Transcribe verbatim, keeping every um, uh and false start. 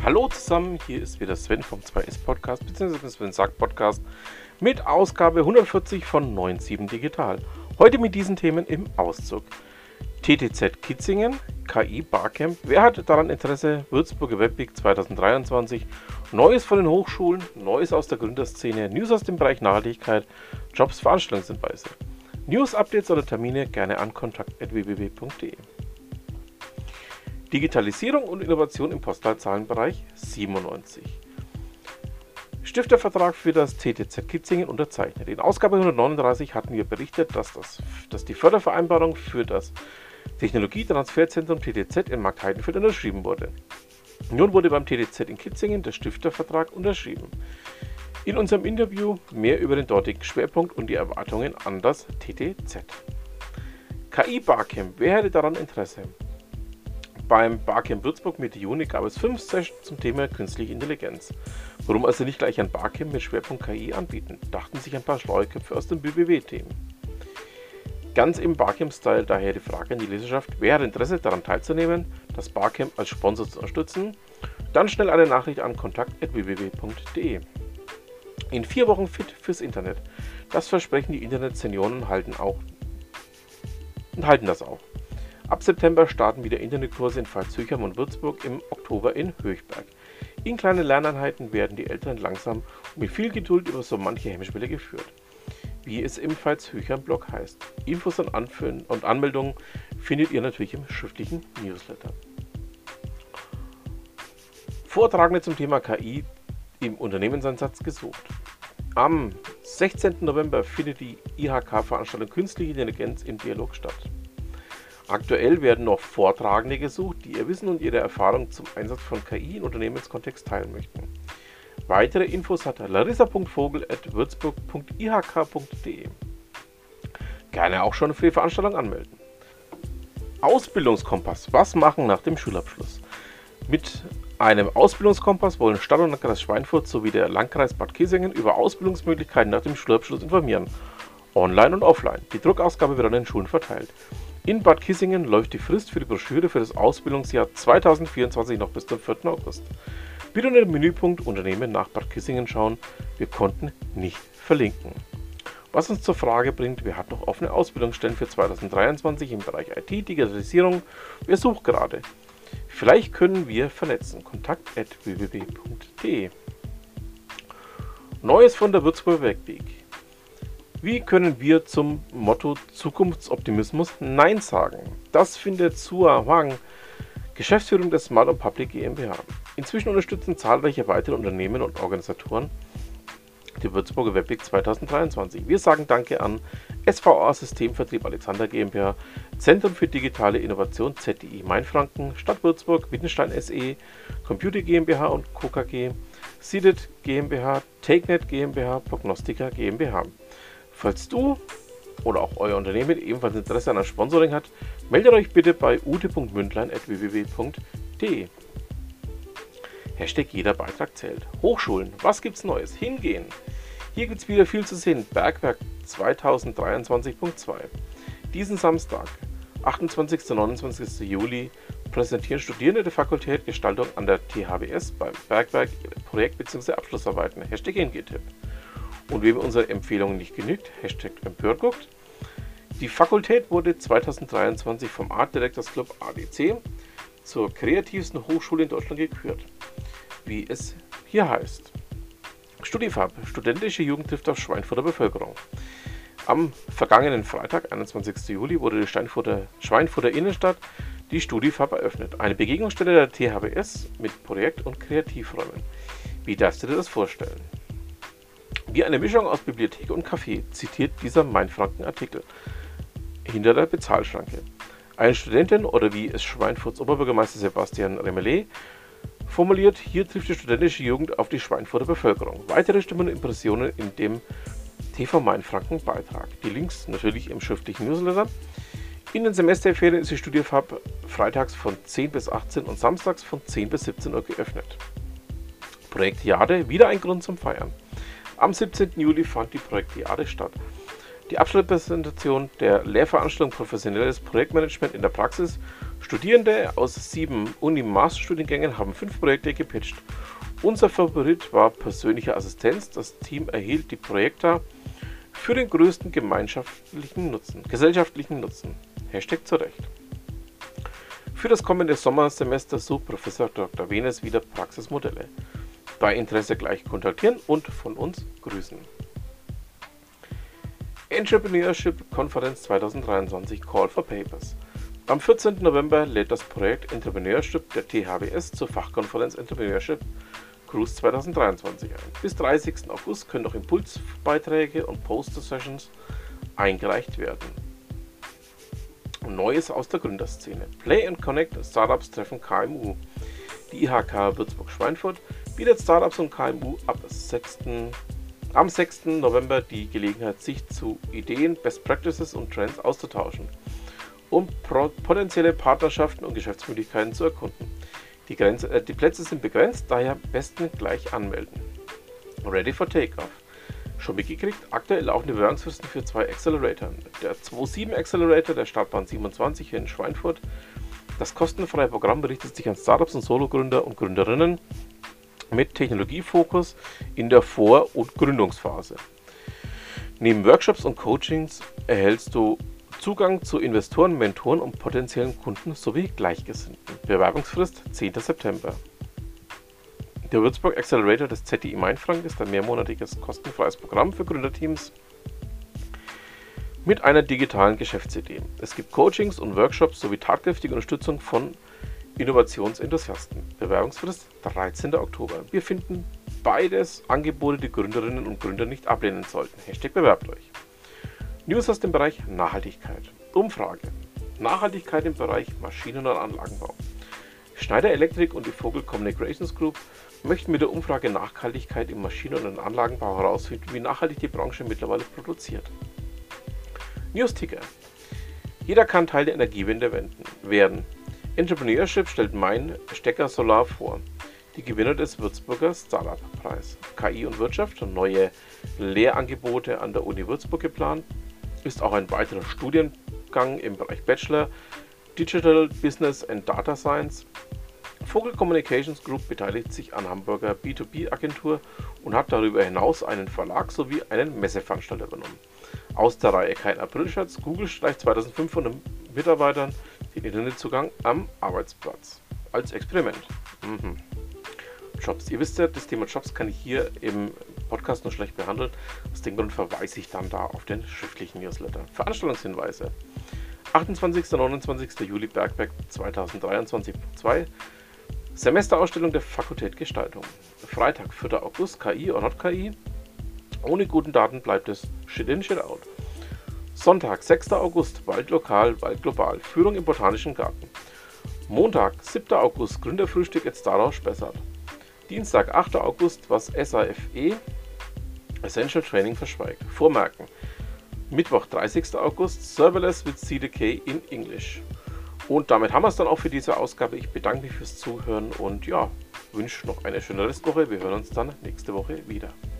Hallo zusammen, hier ist wieder Sven vom zwei S Podcast bzw. Sven sagt Podcast mit Ausgabe hundertvierzig von neun sieben Digital. Heute mit diesen Themen im Auszug. T T Z Kitzingen, K I Barcamp, wer hat daran Interesse, Würzburger Webweek zweitausenddreiundzwanzig, Neues von den Hochschulen, Neues aus der Gründerszene, News aus dem Bereich Nachhaltigkeit, Jobs, Veranstaltungshinweise. News, Updates oder Termine gerne an kontakt at w w w punkt d e. Digitalisierung und Innovation im Postleitzahlenbereich siebenundneunzig. Stiftervertrag für das T T Z Kitzingen unterzeichnet. In Ausgabe hundertneununddreißig hatten wir berichtet, dass, das, dass die Fördervereinbarung für das Technologietransferzentrum T T Z in Markt Heidenfeld unterschrieben wurde. Nun wurde beim T T Z in Kitzingen der Stiftervertrag unterschrieben. In unserem Interview mehr über den dortigen Schwerpunkt und die Erwartungen an das T T Z. K I Barcamp, wer hätte daran Interesse? Beim Barcamp Würzburg Mitte Juni gab es fünf Sessions zum Thema künstliche Intelligenz. Warum also nicht gleich ein Barcamp mit Schwerpunkt K I anbieten, dachten sich ein paar schlaue Köpfe aus den B B W-Themen. Ganz im Barcamp-Style daher die Frage an die Leserschaft, wer hat Interesse daran teilzunehmen, das Barcamp als Sponsor zu unterstützen? Dann schnell eine Nachricht an kontakt at w w w punkt d e. In vier Wochen fit fürs Internet. Das versprechen die Internet-Senioren halten auch und halten das auch. Ab September starten wieder Internetkurse in Veitshöchheim und Würzburg, im Oktober in Höchberg. In kleinen Lerneinheiten werden die Eltern langsam und mit viel Geduld über so manche Hemmschwelle geführt. Wie es im Veitshöchheim-Blog heißt. Infos und, Anführen und Anmeldungen findet ihr natürlich im schriftlichen Newsletter. Vortragende zum Thema K I im Unternehmensansatz gesucht. Am sechzehnten November findet die I H K-Veranstaltung Künstliche Intelligenz im Dialog statt. Aktuell werden noch Vortragende gesucht, die ihr Wissen und ihre Erfahrung zum Einsatz von K I im Unternehmenskontext teilen möchten. Weitere Infos hat larissa punkt vogel at würzburg punkt i h k punkt d e. Gerne auch schon für die Veranstaltung anmelden. Ausbildungskompass. Was machen nach dem Schulabschluss? Mit einem Ausbildungskompass wollen Stadt und Landkreis Schweinfurt sowie der Landkreis Bad Kissingen über Ausbildungsmöglichkeiten nach dem Schulabschluss informieren. Online und offline. Die Druckausgabe wird an den Schulen verteilt. In Bad Kissingen läuft die Frist für die Broschüre für das Ausbildungsjahr zweitausendvierundzwanzig noch bis zum vierten August. Bitte unter dem Menüpunkt Unternehmen nach Bad Kissingen schauen. Wir konnten nicht verlinken. Was uns zur Frage bringt, wer hat noch offene Ausbildungsstellen für zweitausenddreiundzwanzig im Bereich I T, Digitalisierung? Wer sucht gerade? Vielleicht können wir vernetzen. kontakt at w w w punkt d e. Neues von der Würzburger Webweek. Wie können wir zum Motto Zukunftsoptimismus Nein sagen? Das findet Sua Huang, Geschäftsführung der Smart und Public GmbH. Inzwischen unterstützen zahlreiche weitere Unternehmen und Organisatoren die Würzburger Webweek zweitausenddreiundzwanzig. Wir sagen Danke an S V A Systemvertrieb Alexander GmbH, Zentrum für digitale Innovation Z D I Mainfranken, Stadt Würzburg, Wittenstein S E, Computer GmbH und Co. K G, Seeded GmbH, TakeNet GmbH, Prognostica GmbH. Falls du oder auch euer Unternehmen ebenfalls Interesse an einem Sponsoring hat, meldet euch bitte bei ute punkt mündlein at w w w punkt d e. Hashtag jeder Beitrag zählt. Hochschulen, was gibt's Neues? Hingehen. Hier gibt's wieder viel zu sehen. Bergwerk zweitausenddreiundzwanzig Punkt zwei. Diesen Samstag, achtundzwanzigsten und neunundzwanzigsten Juli, präsentieren Studierende der Fakultät Gestaltung an der T H W S beim Bergwerk ihre Projekt- bzw. Abschlussarbeiten. Hashtag Hingeh-Tipp. Und wem unsere Empfehlungen nicht genügt, Hashtag empört guckt. Die Fakultät wurde zweitausenddreiundzwanzig vom Art Directors Club A D C zur kreativsten Hochschule in Deutschland gekürt. Wie es hier heißt. Studifab, studentische Jugend trifft auf Schweinfurter Bevölkerung. Am vergangenen Freitag, einundzwanzigsten Juli, wurde die Schweinfurter, Schweinfurter Innenstadt die Studifab eröffnet. Eine Begegnungsstätte der T H W S mit Projekt- und Kreativräumen. Wie darfst du dir das vorstellen? Wie eine Mischung aus Bibliothek und Café, zitiert dieser Mainfranken-Artikel. Hinter der Bezahlschranke. Eine Studentin, oder wie es Schweinfurts Oberbürgermeister Sebastian Remelet formuliert, hier trifft die studentische Jugend auf die Schweinfurter Bevölkerung. Weitere Stimmen und Impressionen in dem T V Mainfranken Beitrag. Die Links natürlich im schriftlichen Newsletter. In den Semesterferien ist die Studifab freitags von zehn bis achtzehn und samstags von zehn bis siebzehn Uhr geöffnet. Projekt Jade, wieder ein Grund zum Feiern. Am siebzehnten Juli fand die Projekt Jade statt. Die Abschlusspräsentation der Lehrveranstaltung Professionelles Projektmanagement in der Praxis Studierende aus sieben Uni-Masterstudiengängen haben fünf Projekte gepitcht. Unser Favorit war persönliche Assistenz. Das Team erhielt die Projekte für den größten gemeinschaftlichen Nutzen, gesellschaftlichen Nutzen. Hashtag zurecht. Für das kommende Sommersemester sucht Professor Doktor Wenes wieder Praxismodelle. Bei Interesse gleich kontaktieren und von uns grüßen. Entrepreneurship-Konferenz zweitausenddreiundzwanzig Call for Papers. Am vierzehnten November lädt das Projekt Entrepreneurship der T H W S zur Fachkonferenz Entrepreneurship Cruise zweitausenddreiundzwanzig ein. Bis dreißigsten August können noch Impulsbeiträge und Poster-Sessions eingereicht werden. Neues aus der Gründerszene. Play and Connect Startups treffen K M U. Die I H K Würzburg-Schweinfurt bietet Startups und K M U ab sechsten am sechsten November die Gelegenheit, sich zu Ideen, Best Practices und Trends auszutauschen, um potenzielle Partnerschaften und Geschäftsmöglichkeiten zu erkunden. Die, Grenze, äh, die Plätze sind begrenzt, daher am besten gleich anmelden. Ready for Takeoff. Schon mitgekriegt, aktuell laufende Bewerbungsfristen für zwei Accelerator. Der zwei Punkt sieben Accelerator der Startbahn siebenundzwanzig hier in Schweinfurt. Das kostenfreie Programm richtet sich an Startups und Sologründer und Gründerinnen mit Technologiefokus in der Vor- und Gründungsphase. Neben Workshops und Coachings erhältst du Zugang zu Investoren, Mentoren und potenziellen Kunden sowie Gleichgesinnten. Bewerbungsfrist zehnten September. Der Würzburg Accelerator des Z D I Mainfranken ist ein mehrmonatiges kostenfreies Programm für Gründerteams mit einer digitalen Geschäftsidee. Es gibt Coachings und Workshops sowie tatkräftige Unterstützung von Innovationsenthusiasten. Bewerbungsfrist dreizehnten Oktober. Wir finden beides Angebote, die Gründerinnen und Gründer nicht ablehnen sollten. Hashtag bewerbt euch. News aus dem Bereich Nachhaltigkeit. Umfrage. Nachhaltigkeit im Bereich Maschinen- und Anlagenbau. Schneider Electric und die Vogel Communications Group möchten mit der Umfrage Nachhaltigkeit im Maschinen- und Anlagenbau herausfinden, wie nachhaltig die Branche mittlerweile produziert. News-Ticker. Jeder kann Teil der Energiewende werden. Entrepreneurship stellt Mein Stecker Solar vor. Die Gewinner des Würzburger Startup-Preis. K I und Wirtschaft und neue Lehrangebote an der Uni Würzburg geplant. Ist auch ein weiterer Studiengang im Bereich Bachelor Digital Business and Data Science. Vogel Communications Group beteiligt sich an Hamburger B zwei B Agentur und hat darüber hinaus einen Verlag sowie einen Messeveranstalter übernommen. Aus der Reihe Kein Aprilscherz, Google streicht zweitausendfünfhundert Mitarbeitern den Internetzugang am Arbeitsplatz. Als Experiment. Mhm. Jobs. Ihr wisst ja, das Thema Jobs kann ich hier im Podcast nur schlecht behandeln. Aus dem Grund verweise ich dann da auf den schriftlichen Newsletter. Veranstaltungshinweise. achtundzwanzigsten und neunundzwanzigsten Juli Bergwerk zweitausenddreiundzwanzig Punkt zwei. Semesterausstellung der Fakultät Gestaltung. Freitag, vierten August, K I or not K I. Ohne guten Daten bleibt es Shit in, Shit out. Sonntag, sechsten August, Wald lokal, Wald global. Führung im Botanischen Garten. Montag, siebten August, Gründerfrühstück at Starhouse Spessart. Dienstag, achten August, was S A F E Essential Training verschweigt. Vormerken. Mittwoch, dreißigsten August, Serverless with C D K in English. Und damit haben wir es dann auch für diese Ausgabe. Ich bedanke mich fürs Zuhören und ja, wünsche noch eine schöne Restwoche. Wir hören uns dann nächste Woche wieder.